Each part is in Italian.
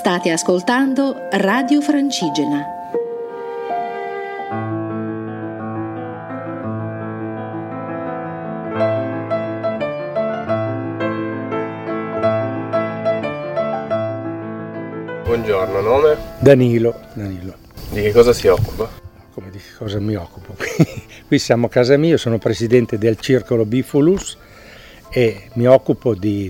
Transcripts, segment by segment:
State ascoltando Radio Francigena. Buongiorno, nome? Danilo. Di che cosa si occupa? Come di che cosa mi occupo? Qui siamo a casa mia, sono presidente del Circolo Bifulus e mi occupo di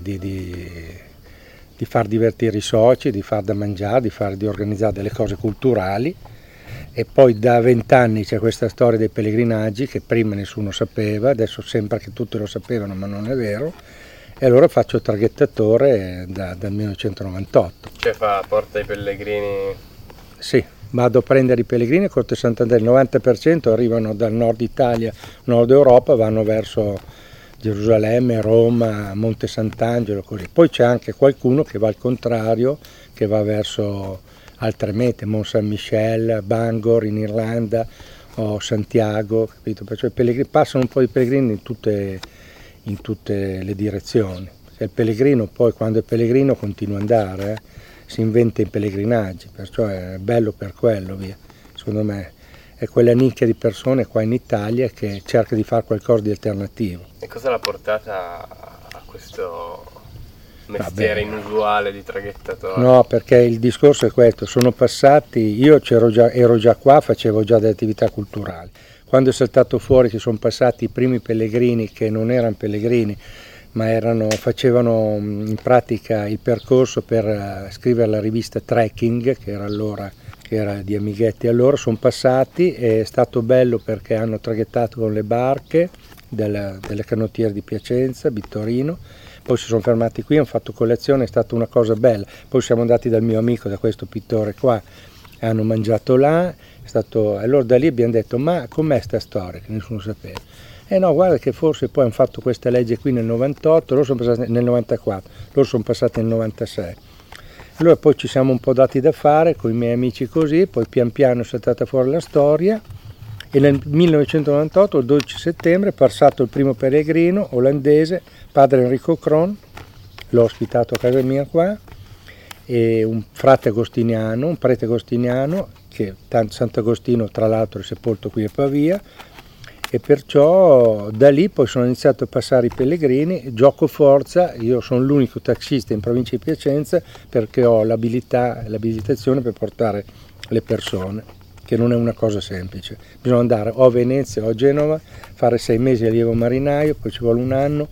far divertire i soci, di far da mangiare, di organizzare delle cose culturali. E poi da 20 anni c'è questa storia dei pellegrinaggi che prima nessuno sapeva, adesso sembra che tutti lo sapevano ma non è vero. E allora faccio traghettatore dal 1998. Che fa? Porta i pellegrini? Sì, vado a prendere i pellegrini a Corte Sant'Andrea, il 90% arrivano dal nord Italia, nord Europa, vanno verso Gerusalemme, Roma, Monte Sant'Angelo, così. Poi c'è anche qualcuno che va al contrario, che va verso altre mete, Mont Saint-Michel, Bangor in Irlanda o Santiago, capito? Perciò i pellegrini, passano un po' di pellegrini in tutte le direzioni. Se il pellegrino poi quando è pellegrino continua ad andare, si inventa i pellegrinaggi, perciò è bello per quello, via. Secondo me è quella nicchia di persone qua in Italia che cerca di fare qualcosa di alternativo. E cosa l'ha portata a questo mestiere inusuale di traghettatore? No, perché il discorso è questo, sono passati, io ero già qua, facevo già delle attività culturali. Quando è saltato fuori che sono passati i primi pellegrini che non erano pellegrini, ma facevano in pratica il percorso per scrivere la rivista Trekking, che era di Amighetti allora, sono passati, è stato bello perché hanno traghettato con le barche delle canottiere di Piacenza, Vittorino, poi si sono fermati qui, hanno fatto colazione, è stata una cosa bella. Poi siamo andati dal mio amico, da questo pittore qua, hanno mangiato là, allora da lì abbiamo detto ma com'è sta storia che nessuno sapeva? No, guarda che forse poi hanno fatto questa legge qui nel 98, loro sono passati nel 94, loro sono passati nel 96. Allora poi ci siamo un po' dati da fare con i miei amici così, poi pian piano è saltata fuori la storia e nel 1998, il 12 settembre, è passato il primo pellegrino olandese, padre Enrico Kron, l'ho ospitato a casa mia qua, e un frate agostiniano, un prete agostiniano, che Sant'Agostino tra l'altro è sepolto qui a Pavia, e perciò da lì poi sono iniziato a passare i pellegrini, gioco forza, io sono l'unico taxista in provincia di Piacenza perché ho l'abilitazione per portare le persone, che non è una cosa semplice, bisogna andare o a Venezia o a Genova, fare 6 mesi allievo marinaio, poi ci vuole un anno.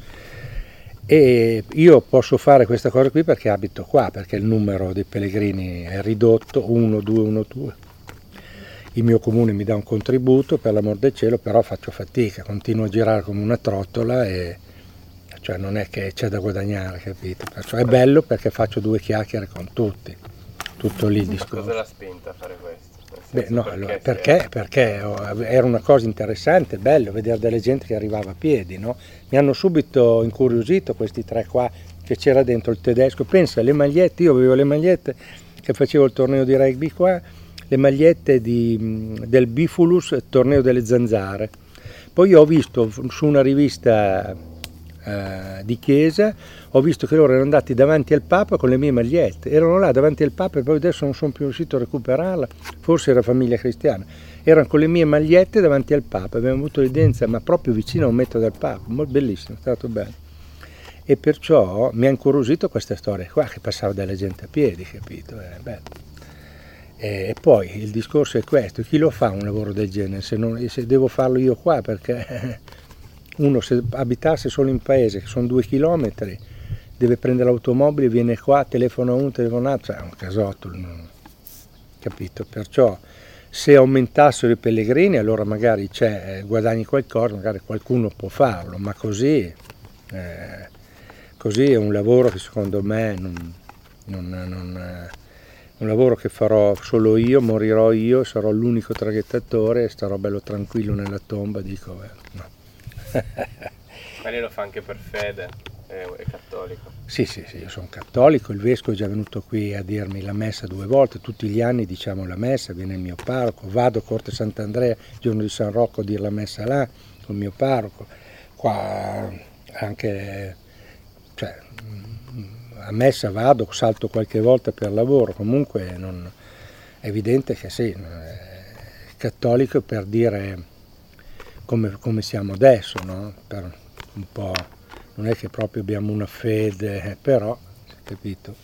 E io posso fare questa cosa qui perché abito qua, perché il numero dei pellegrini è ridotto, 1, 2, 1, 2. Il mio comune mi dà un contributo, per l'amor del cielo, però faccio fatica, continuo a girare come una trottola e cioè non è che c'è da guadagnare, capito? Perciò è bello perché faccio 2 chiacchiere con tutti, tutto lì il discorso. Cosa l'ha spinta a fare questo? Perché era una cosa interessante, bello vedere delle gente che arrivava a piedi, no? Mi hanno subito incuriosito questi 3 qua, che c'era dentro il tedesco, pensa, le magliette, io avevo le magliette che facevo il torneo di rugby qua, le magliette del Bifulus, torneo delle zanzare. Poi ho visto su una rivista di chiesa, ho visto che loro erano andati davanti al Papa con le mie magliette, erano là davanti al Papa e poi adesso non sono più riuscito a recuperarla, forse era Famiglia Cristiana, erano con le mie magliette davanti al Papa, abbiamo avuto l'evidenza ma proprio vicino a 1 metro dal Papa, molto bellissimo, è stato bello. E perciò mi ha incuriosito questa storia qua, che passava della gente a piedi, capito? Bello. E poi il discorso è questo, chi lo fa un lavoro del genere se devo farlo io qua, perché uno se abitasse solo in paese, che sono 2 chilometri, deve prendere l'automobile, viene qua, telefona uno, telefona l'altro, è un casotto, capito? Perciò se aumentassero i pellegrini allora magari guadagni qualcosa, magari qualcuno può farlo, ma così è un lavoro che secondo me un lavoro che farò solo io, morirò io, sarò l'unico traghettatore e starò bello tranquillo nella tomba, dico no. Ma lei lo fa anche per fede, è cattolico? Sì, io sono cattolico, il vescovo è già venuto qui a dirmi la messa 2 volte, tutti gli anni diciamo la messa, viene il mio parroco, vado a Corte Sant'Andrea, giorno di San Rocco, a dire la messa là, con il mio parroco, qua anche a messa vado, salto qualche volta per lavoro, comunque è evidente che sì, cattolico per dire come siamo adesso, no? Per un po', non è che proprio abbiamo una fede, però, capito?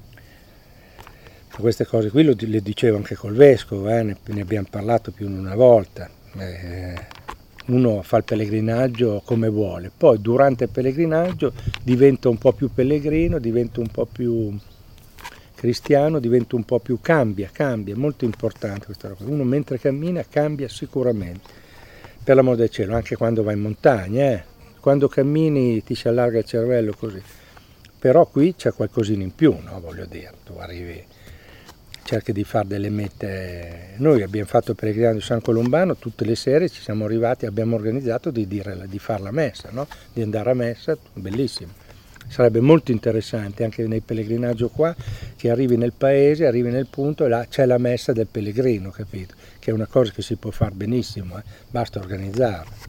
Queste cose qui le dicevo anche col vescovo, ne abbiamo parlato più di una volta. Uno fa il pellegrinaggio come vuole, poi durante il pellegrinaggio diventa un po' più pellegrino, diventa un po' più cristiano, diventa un po' più cambia, è molto importante questa cosa. Uno mentre cammina cambia sicuramente, per l'amor del cielo, anche quando vai in montagna, quando cammini ti si allarga il cervello così, però qui c'è qualcosina in più, no? Voglio dire, tu arrivi, cerchi di fare delle mete. Noi abbiamo fatto il pellegrinaggio di San Colombano, tutte le sere ci siamo arrivati, abbiamo organizzato di fare la messa, no? Di andare a messa, bellissimo. Sarebbe molto interessante anche nel pellegrinaggio qua, che arrivi nel paese, arrivi nel punto e là c'è la messa del pellegrino, capito? Che è una cosa che si può fare benissimo, basta organizzarla.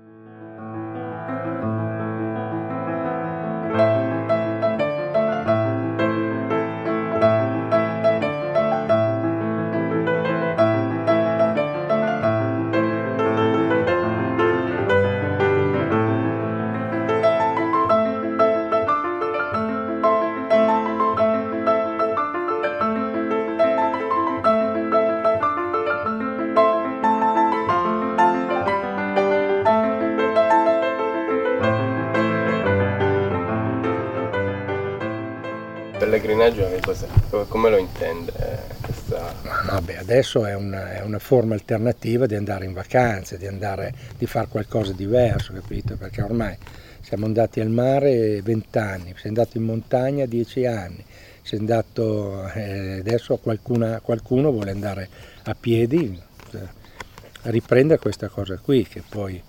Pellegrinaggio che cos'è? Come lo intende questa? Vabbè, adesso è una forma alternativa di andare in vacanze, di fare qualcosa di diverso, capito? Perché ormai siamo andati al mare 20 anni, sei andato in montagna 10 anni, sei andato, adesso qualcuno vuole andare a piedi, riprendere questa cosa qui, che poi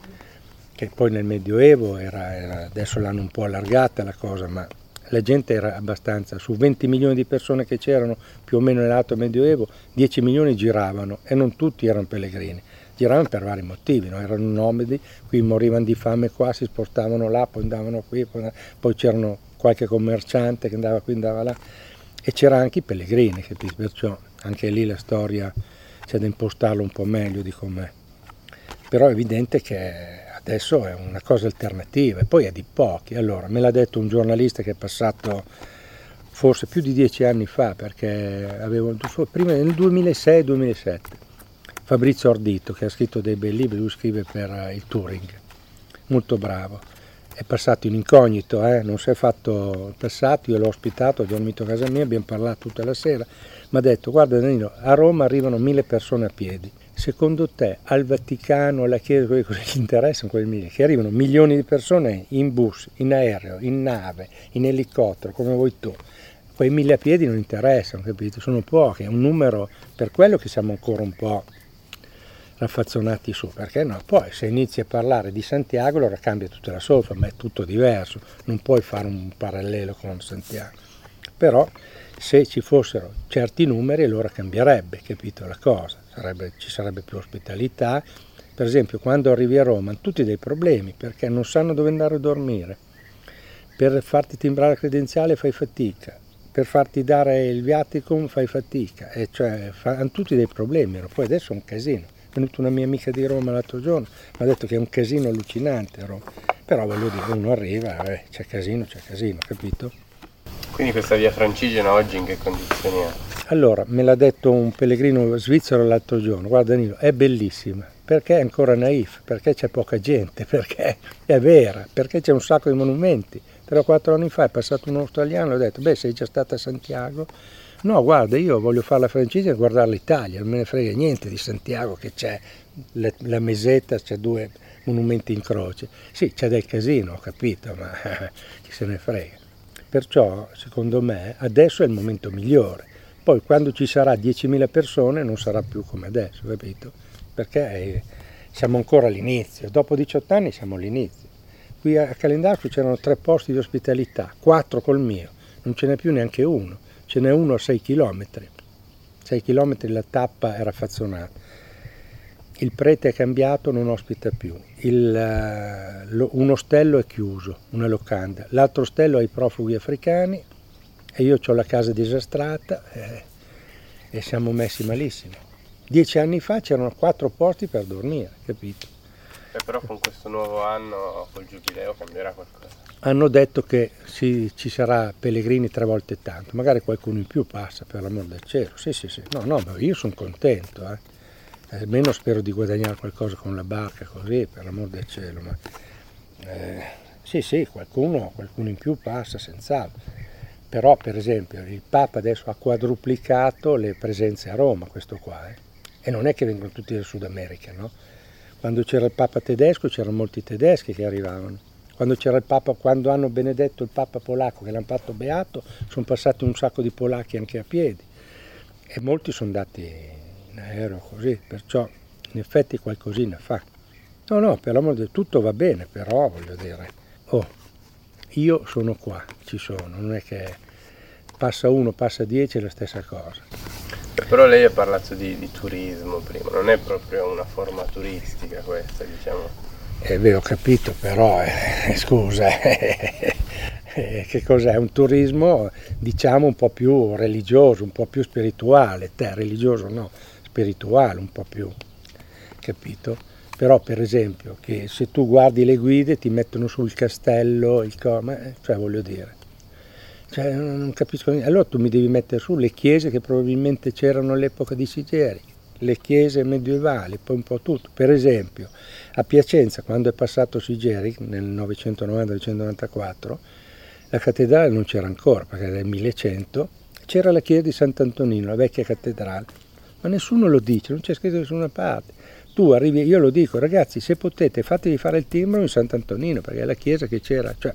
nel Medioevo adesso l'hanno un po' allargata la cosa, ma la gente era abbastanza, su 20 milioni di persone che c'erano più o meno nell'alto Medioevo, 10 milioni giravano e non tutti erano pellegrini, giravano per vari motivi, no? Erano nomadi, qui morivano di fame qua, si spostavano là, poi andavano qui, poi c'erano qualche commerciante che andava qui, andava là, e c'era anche i pellegrini, capito? Perciò anche lì la storia c'è da impostarla un po' meglio di com'è, però è evidente che adesso è una cosa alternativa e poi è di pochi. Allora, me l'ha detto un giornalista che è passato forse più di 10 anni fa, perché prima nel 2006-2007, Fabrizio Ardito, che ha scritto dei bei libri, lui scrive per il Turing, molto bravo. È passato in incognito, non si è fatto passato, io l'ho ospitato, ho dormito a casa mia, abbiamo parlato tutta la sera, mi ha detto: guarda Danilo, a Roma arrivano 1000 persone a piedi. Secondo te al Vaticano, alla Chiesa, cosa gli interessano quei 1000? Che arrivano milioni di persone in bus, in aereo, in nave, in elicottero, come vuoi tu. Quei 1000 a piedi non interessano, capito? Sono pochi, è un numero, per quello che siamo ancora un po' raffazzonati su, perché no? Poi se inizi a parlare di Santiago allora cambia tutta la solfa, ma è tutto diverso, non puoi fare un parallelo con Santiago. Però se ci fossero certi numeri allora cambierebbe, capito la cosa? Ci sarebbe più ospitalità. Per esempio, quando arrivi a Roma hanno tutti dei problemi perché non sanno dove andare a dormire, per farti timbrare la credenziale fai fatica, per farti dare il viaticum fai fatica, e cioè hanno tutti dei problemi. Poi adesso è un casino. È venuta una mia amica di Roma l'altro giorno, mi ha detto che è un casino allucinante a Roma, però voglio dire, uno arriva, c'è casino, capito? Quindi questa via Francigena oggi in che condizioni è? Allora, me l'ha detto un pellegrino svizzero l'altro giorno: guarda Danilo, è bellissima, perché è ancora naif, perché c'è poca gente, perché è vera, perché c'è un sacco di monumenti. 3 o 4 anni fa è passato un australiano e ho detto: beh, sei già stata a Santiago? No, guarda, io voglio fare la Francigena e guardare l'Italia, non me ne frega niente di Santiago, che c'è la mesetta, c'è 2 monumenti in croce. Sì, c'è del casino, ho capito, ma chi se ne frega. Perciò, secondo me, adesso è il momento migliore. Poi quando ci sarà 10.000 persone non sarà più come adesso, capito? Perché siamo ancora all'inizio, dopo 18 anni siamo all'inizio. Qui a Calendarsco c'erano 3 posti di ospitalità, 4 col mio, non ce n'è più neanche uno, ce n'è uno a 6 chilometri. 6 chilometri la tappa è raffazzonata. Il prete è cambiato, non ospita più. Un ostello è chiuso, una locanda. L'altro ostello ha i profughi africani e io ho la casa disastrata e siamo messi malissimo. 10 anni fa c'erano 4 posti per dormire, capito? Però con questo nuovo anno, col giubileo, cambierà qualcosa. Hanno detto che ci sarà pellegrini 3 volte tanto, magari qualcuno in più passa, per l'amor del cielo. Sì. No, ma io sono contento, almeno spero di guadagnare qualcosa con la barca così, per l'amor del cielo, ma sì, qualcuno in più passa senz'altro. Però per esempio il Papa adesso ha quadruplicato le presenze a Roma, questo qua, e non è che vengono tutti dal Sud America, no? Quando c'era il Papa tedesco c'erano molti tedeschi che arrivavano. Quando c'era il Papa, quando hanno benedetto il Papa polacco che l'hanno fatto beato, sono passati un sacco di polacchi anche a piedi e molti sono andati in aereo così, perciò in effetti qualcosina fa. No, per l'amor di Dio, tutto va bene, però voglio dire, io sono qua, ci sono, non è che passa 1, passa 10 è la stessa cosa. Però lei ha parlato di turismo prima, non è proprio una forma turistica questa, diciamo. Ho capito, però, scusa, che cos'è? Un turismo, diciamo, un po' più religioso, un po' più spirituale, religioso no, spirituale, un po' più, capito? Però, per esempio, che se tu guardi le guide ti mettono sul castello, cioè voglio dire, cioè, non capisco niente. Allora tu mi devi mettere su le chiese che probabilmente c'erano all'epoca di Sigeri, le chiese medievali, poi un po' tutto. Per esempio, a Piacenza, quando è passato Sigeri, nel 990-994, la cattedrale non c'era ancora, perché era del 1100, c'era la chiesa di Sant'Antonino, la vecchia cattedrale, ma nessuno lo dice, non c'è scritto da nessuna parte. Tu arrivi, io lo dico, ragazzi, se potete fatevi fare il timbro in Sant'Antonino, perché è la chiesa che c'era, cioè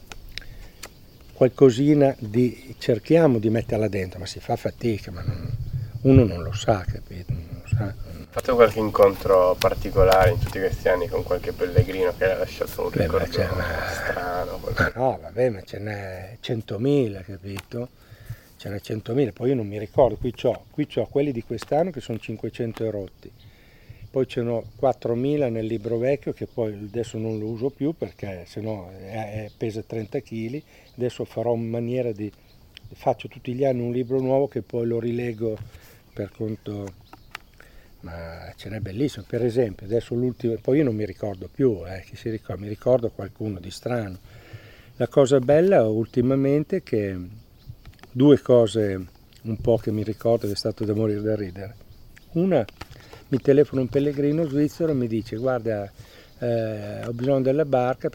qualcosina cerchiamo di metterla dentro, ma si fa fatica, ma uno non lo sa, capito? Non lo sa. Fate qualche incontro particolare in tutti questi anni con qualche pellegrino che ha lasciato un ricordo strano? No, vabbè, ma ce n'è 100.000, capito? Ce n'è 100.000, poi io non mi ricordo, qui c'ho quelli di quest'anno che sono 500 rotti, poi ce n'ho 4.000 nel libro vecchio che poi adesso non lo uso più perché sennò pesa 30 kg, adesso farò in maniera faccio tutti gli anni un libro nuovo che poi lo rilego per conto. Ma ce n'è bellissimo, per esempio, adesso l'ultimo, poi io non mi ricordo più, chi si ricorda, mi ricordo qualcuno di strano. La cosa bella ultimamente è che 2 cose un po' che mi ricordo che è stato da morire da ridere. Una, mi telefona un pellegrino svizzero e mi dice, guarda, ho bisogno della barca,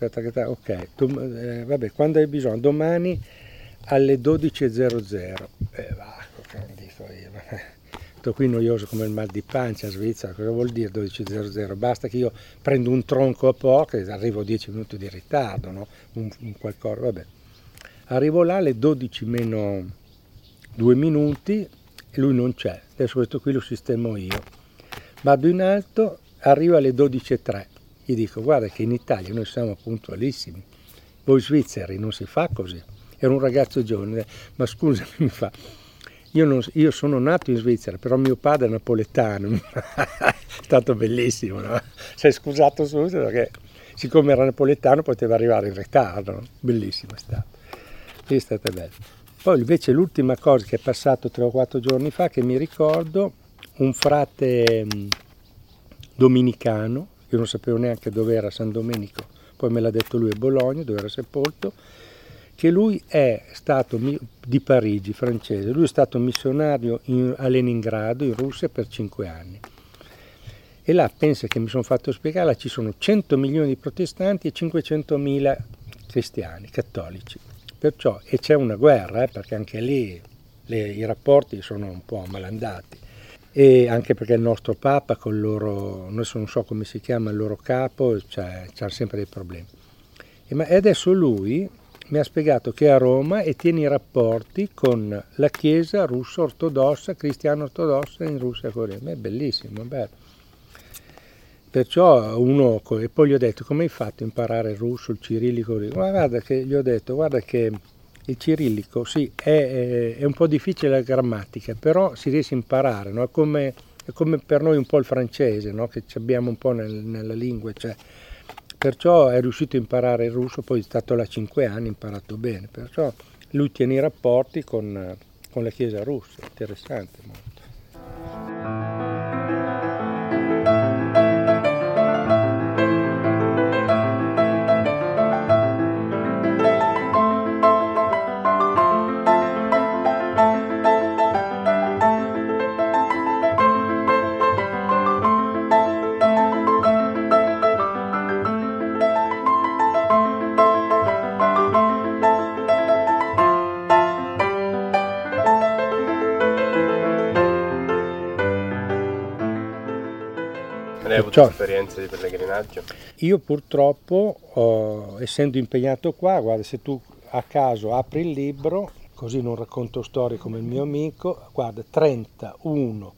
ok, vabbè, quando hai bisogno? Domani alle 12.00. Dico io, qui noioso come il mal di pancia a Svizzera, cosa vuol dire 12.00? Basta che io prendo un tronco a poco e arrivo 10 minuti di ritardo, no? Un qualcosa, vabbè. Arrivo là alle 12 meno 2 minuti e lui non c'è, adesso questo qui lo sistemo io. Vado in alto, arrivo alle 12.03, gli dico guarda che in Italia noi siamo puntualissimi, voi svizzeri non si fa così. Era un ragazzo giovane, ma scusami, mi fa... Io sono nato in Svizzera, però mio padre è napoletano, è stato bellissimo, no? Si è scusato subito perché siccome era napoletano poteva arrivare in ritardo, no? Bellissimo è stato, è stato bello. Poi invece l'ultima cosa che è passato 3 o 4 giorni fa, che mi ricordo, un frate domenicano, io non sapevo neanche dove era San Domenico, poi me l'ha detto lui a Bologna, dove era sepolto, che lui è stato di Parigi, francese, lui è stato missionario a Leningrado, in Russia, per 5 anni. E là, pensa che mi sono fatto spiegare, là ci sono 100 milioni di protestanti e 500.000 cristiani, cattolici. Perciò, e c'è una guerra, perché anche lì i rapporti sono un po' malandati. E anche perché il nostro Papa con loro, adesso non so come si chiama il loro capo, c'ha sempre dei problemi. E adesso lui mi ha spiegato che è a Roma e tiene i rapporti con la Chiesa russa ortodossa, cristiana ortodossa in Russia Corea. È bellissimo, è bello. Perciò e poi gli ho detto come hai fatto a imparare il russo, il cirillico? Ma guarda che gli ho detto, guarda che il cirillico sì, è un po' difficile la grammatica, però si riesce a imparare, no? È come per noi un po' il francese, no? Che abbiamo un po' nella lingua, cioè. Perciò è riuscito a imparare il russo, poi è stato là 5 anni, ha imparato bene, perciò lui tiene i rapporti con la Chiesa russa, interessante molto. Hai avuto esperienze di pellegrinaggio? Io purtroppo, essendo impegnato qua, guarda, se tu a caso apri il libro, così non racconto storie come il mio amico, guarda, 30, 1,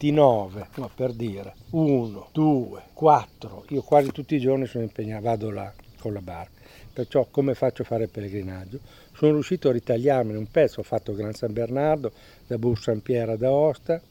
29, no, per dire, 1, 2, 4, io quasi tutti i giorni sono impegnato, vado là con la barca. Perciò come faccio a fare il pellegrinaggio? Sono riuscito a ritagliarmene un pezzo, ho fatto Gran San Bernardo, da Bourg Saint-Pierre ad Aosta,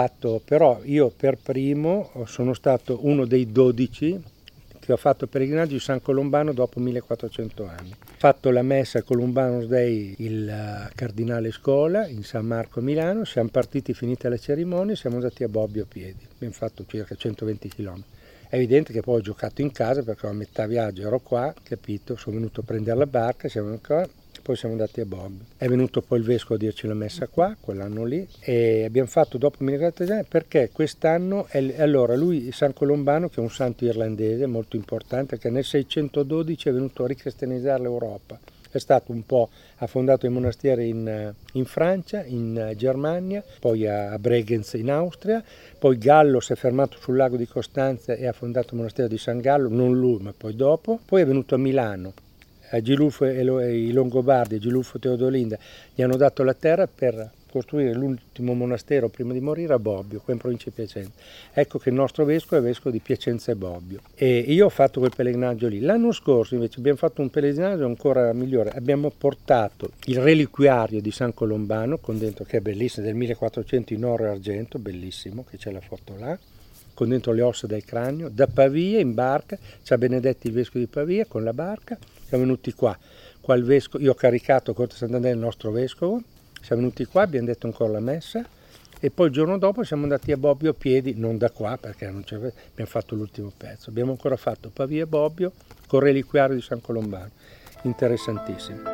però io per primo sono stato uno dei 12 che ho fatto il pellegrinaggio di San Colombano dopo 1400 anni. Ho fatto la messa a Columbanus Dei il Cardinale Scola in San Marco a Milano, siamo partiti finita la cerimonia e siamo andati a Bobbio a piedi, abbiamo fatto circa 120 km. È evidente che poi ho giocato in casa perché a metà viaggio ero qua, capito? Sono venuto a prendere la barca, siamo venuti qua, poi siamo andati a Bobbio. È venuto poi il vescovo a dirci la messa qua, quell'anno lì, e abbiamo fatto dopo 1400 anni perché quest'anno, allora lui, San Colombano, che è un santo irlandese molto importante, che nel 612 è venuto a ricristianizzare l'Europa. È stato un po', ha fondato i monasteri in Francia, in Germania, poi a Bregenz in Austria, poi Gallo si è fermato sul lago di Costanza e ha fondato il monastero di San Gallo, non lui ma poi dopo, poi è venuto a Milano, a Gilulfo e i Longobardi, Gilulfo Teodolinda, gli hanno dato la terra per costruire l'ultimo monastero prima di morire a Bobbio, qua in provincia di Piacenza. Ecco che il nostro vescovo è vescovo di Piacenza e Bobbio. E io ho fatto quel pellegrinaggio lì. L'anno scorso invece abbiamo fatto un pellegrinaggio ancora migliore. Abbiamo portato il reliquiario di San Colombano, con dentro, che è bellissimo, del 1400 in oro e argento, bellissimo, che c'è la foto là, con dentro le ossa del cranio, da Pavia in barca, c'ha Benedetti il vescovo di Pavia con la barca, siamo venuti qua il vescovo, io ho caricato Corte Sant'Andrea il nostro vescovo, siamo venuti qua, abbiamo detto ancora la messa e poi il giorno dopo siamo andati a Bobbio a piedi, non da qua perché non abbiamo fatto l'ultimo pezzo, abbiamo ancora fatto Pavia e Bobbio con il reliquiario di San Colombano, interessantissimo.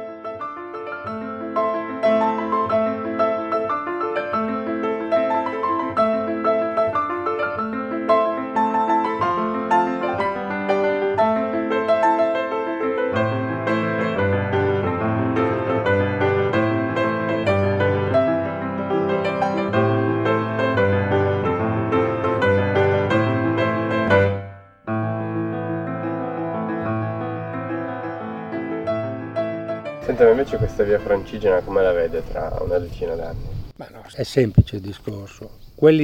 Senta, invece questa via Francigena come la vede tra una decina d'anni? Ma no, è semplice il discorso.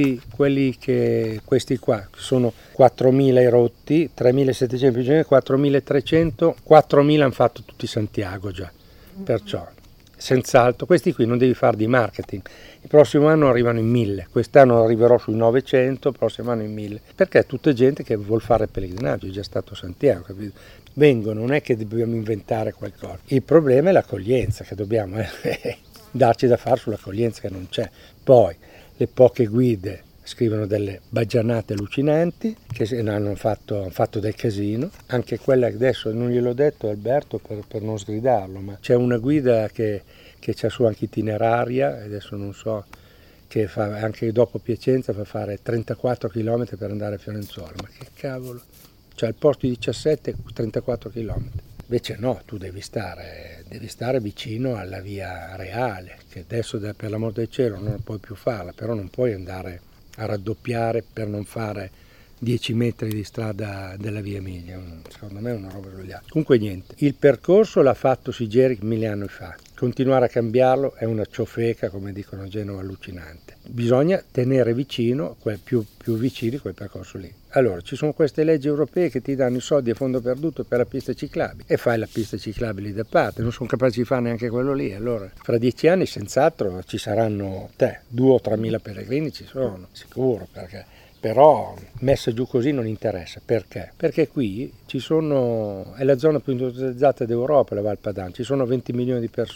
Questi qua sono 4.000 rotti, 3.700 più 4.300, 4.000 hanno fatto tutti Santiago già, perciò senz'altro questi qui non devi fare di marketing, il prossimo anno arrivano in 1.000, quest'anno arriverò sui 900, il prossimo anno in 1.000, perché è tutta gente che vuol fare pellegrinaggio, è già stato Santiago, capito? Vengono, non è che dobbiamo inventare qualcosa, il problema è l'accoglienza, che dobbiamo darci da fare sull'accoglienza che non c'è. Poi le poche guide scrivono delle baggianate allucinanti che hanno fatto del casino, anche quella che adesso non gliel'ho detto Alberto per non sgridarlo, ma c'è una guida che c'ha su anche itineraria, adesso non so, che fa anche dopo Piacenza fa fare 34 km per andare a Fiorenzuola, ma che cavolo, cioè al posto di 17 34 km. Invece no, tu devi stare vicino alla via reale, che adesso per l'amor del cielo non puoi più farla, però non puoi andare a raddoppiare per non fare 10 metri di strada della via Emilia, secondo me è una roba sbagliata. Comunque niente, il percorso l'ha fatto Sigeric 1000 anni fa, continuare a cambiarlo è una ciofeca, come dicono a Genova, allucinante. Bisogna tenere vicino, più vicini quel percorso lì. Allora, ci sono queste leggi europee che ti danno i soldi a fondo perduto per la pista ciclabile e fai la pista ciclabile da parte, non sono capaci di fare neanche quello lì. Allora, fra 10 anni senz'altro ci saranno 2.000 o 3.000 pellegrini, ci sono, sicuro, perché però messa giù così non interessa. Perché? Perché qui è la zona più industrializzata d'Europa, la Val Padana, ci sono 20 milioni di persone.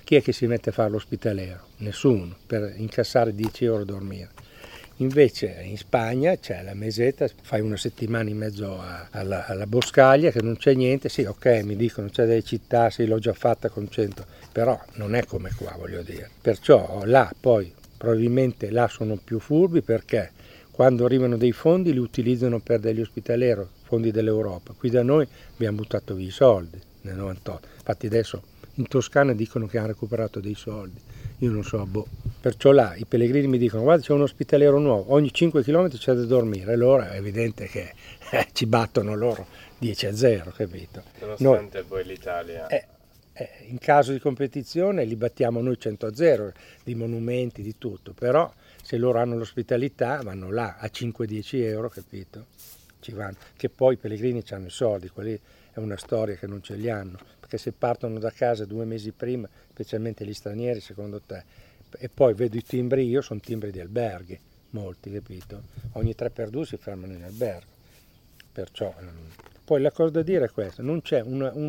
Chi è che si mette a fare l'ospitaliero? Nessuno, per incassare 10 euro a dormire. Invece in Spagna c'è la mesetta, fai una settimana in mezzo alla boscaglia che non c'è niente, sì ok mi dicono c'è delle città, sì l'ho già fatta con 100, però non è come qua voglio dire. Perciò là poi probabilmente là sono più furbi perché quando arrivano dei fondi li utilizzano per degli ospitalieri, fondi dell'Europa. Qui da noi abbiamo buttato via i soldi nel 98, infatti adesso in Toscana dicono che hanno recuperato dei soldi. Io non so, Perciò là i pellegrini mi dicono guarda c'è un ospitaliero nuovo, ogni 5 km c'è da dormire, allora è evidente che ci battono loro 10-0, capito? Nonostante poi l'Italia... in caso di competizione li battiamo noi 100-0, di monumenti, di tutto, però se loro hanno l'ospitalità vanno là a 5-10 euro, capito? Ci vanno, che poi i pellegrini hanno i soldi, quelli è una storia che non ce li hanno, perché se partono da casa 2 mesi prima, specialmente gli stranieri, secondo te, e poi vedo i timbri io, sono timbri di alberghi, molti, capito? Ogni 3x2 si fermano in albergo, perciò... Poi la cosa da dire è questa, non c'è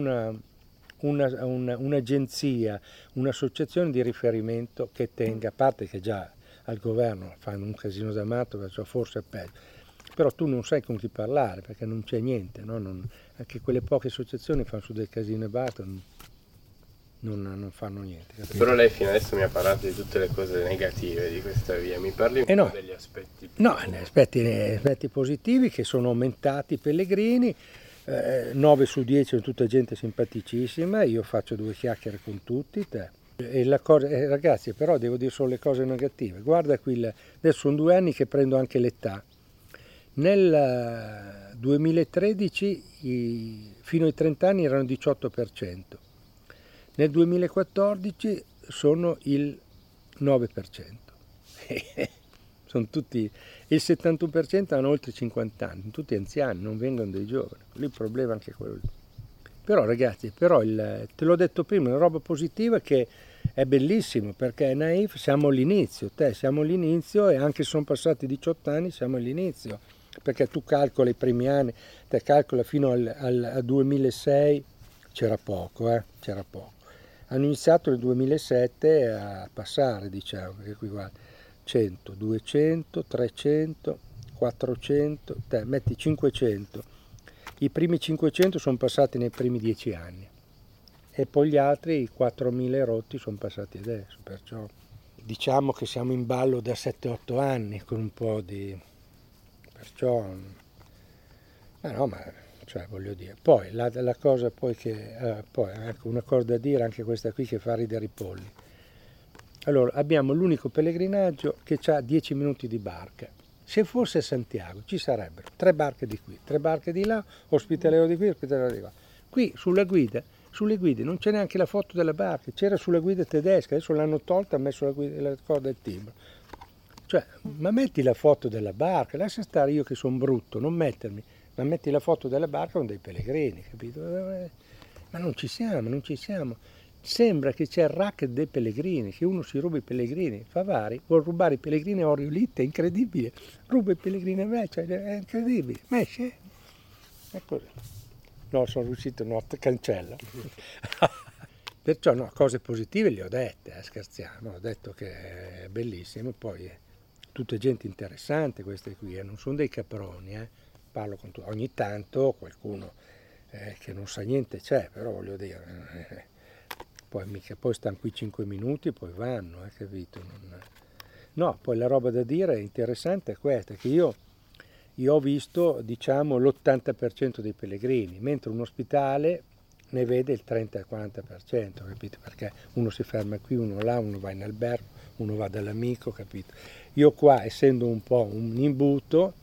un'agenzia, un'associazione di riferimento che tenga, a parte che già al governo fanno un casino da matto, perciò forse è peggio, però tu non sai con chi parlare perché non c'è niente, no? Anche quelle poche associazioni fanno su del casino e basta, non fanno niente. Capito? Però lei fino adesso mi ha parlato di tutte le cose negative di questa via, mi parli un po' degli aspetti positivi? No, aspetti positivi che sono aumentati i pellegrini, 9 su 10 sono tutta gente simpaticissima, io faccio 2 chiacchiere con tutti, E la cosa, ragazzi, però devo dire solo le cose negative. Guarda qui, adesso sono 2 anni che prendo anche l'età. Nel 2013 fino ai 30 anni erano 18%, nel 2014 sono il 9%. Sono tutti, il 71% hanno oltre 50 anni, sono tutti anziani, non vengono dei giovani. Lì il problema è anche quello lì. Però ragazzi, te l'ho detto prima, una roba positiva che è bellissimo perché Naif siamo all'inizio, siamo all'inizio e anche se sono passati 18 anni siamo all'inizio, perché tu calcola i primi anni, te calcola fino al 2006 c'era poco, c'era poco. Hanno iniziato nel 2007 a passare, diciamo, perché qui guarda, 100, 200, 300, 400, metti 500. I primi 500 sono passati nei primi 10 anni e poi gli altri, i 4.000 rotti, sono passati adesso, perciò diciamo che siamo in ballo da 7-8 anni con un po' di... perciò... cioè voglio dire, poi la cosa poi che... poi ecco, una cosa da dire, anche questa qui che fa ridere i polli. Allora, abbiamo l'unico pellegrinaggio che ha 10 minuti di barca. Se fosse a Santiago ci sarebbero 3 barche di qui, 3 barche di là, ospitaliero di qui, ospitaliero di qua. Qui sulle guide non c'è neanche la foto della barca, c'era sulla guida tedesca, adesso l'hanno tolta, hanno messo la cosa del timbro. Cioè, ma metti la foto della barca, lascia stare io che sono brutto, non mettermi, ma metti la foto della barca con dei pellegrini, capito? Ma non ci siamo. Sembra che c'è il racket dei pellegrini, che uno si ruba i pellegrini, Favari vuol rubare i pellegrini a Oriolite, è incredibile, ruba i pellegrini a me, cioè, è incredibile, mesce, è così. No, sono riuscito, no, cancella. Perciò no, cose positive le ho dette, scherziamo, ho detto che è bellissimo, poi è tutta gente interessante queste qui, non sono dei caproni, parlo con tutti, ogni tanto qualcuno che non sa niente c'è, però voglio dire... Poi stanno qui 5 minuti e poi vanno, capito? No, poi la roba da dire interessante è questa, che io ho visto, diciamo, l'80% dei pellegrini, mentre un ospitale ne vede il 30-40%, capito? Perché uno si ferma qui, uno là, uno va in albergo, uno va dall'amico, capito? Io qua, essendo un po' un imbuto,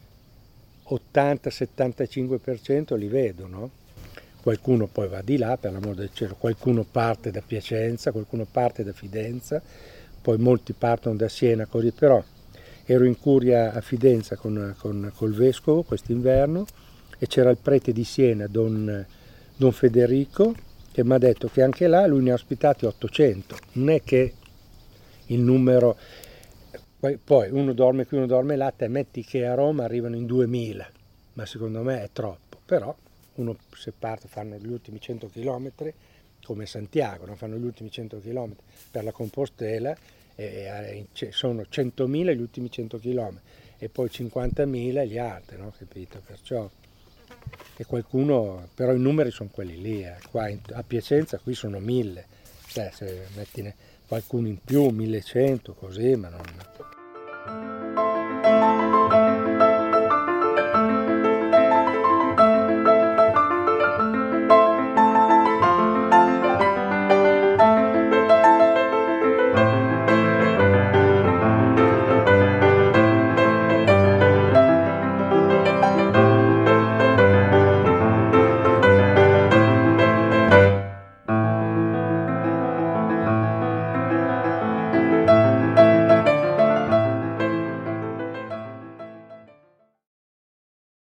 80-75% li vedo, no? Qualcuno poi va di là, per l'amor del cielo, qualcuno parte da Piacenza, qualcuno parte da Fidenza, poi molti partono da Siena, così, però ero in curia a Fidenza col vescovo quest'inverno e c'era il prete di Siena, Don Federico, che mi ha detto che anche là lui ne ha ospitati 800, non è che il numero, poi uno dorme qui, uno dorme là, te metti che a Roma arrivano in 2000, ma secondo me è troppo, però uno se parte, fanno gli ultimi 100 km come Santiago, no? Fanno gli ultimi 100 km per la Compostela e sono 100.000 gli ultimi 100 km e poi 50.000 gli altri, no? Capito? Perciò e qualcuno, però i numeri sono quelli lì, qua a Piacenza qui sono 1.000, se metti qualcuno in più, 1.100 così, ma non...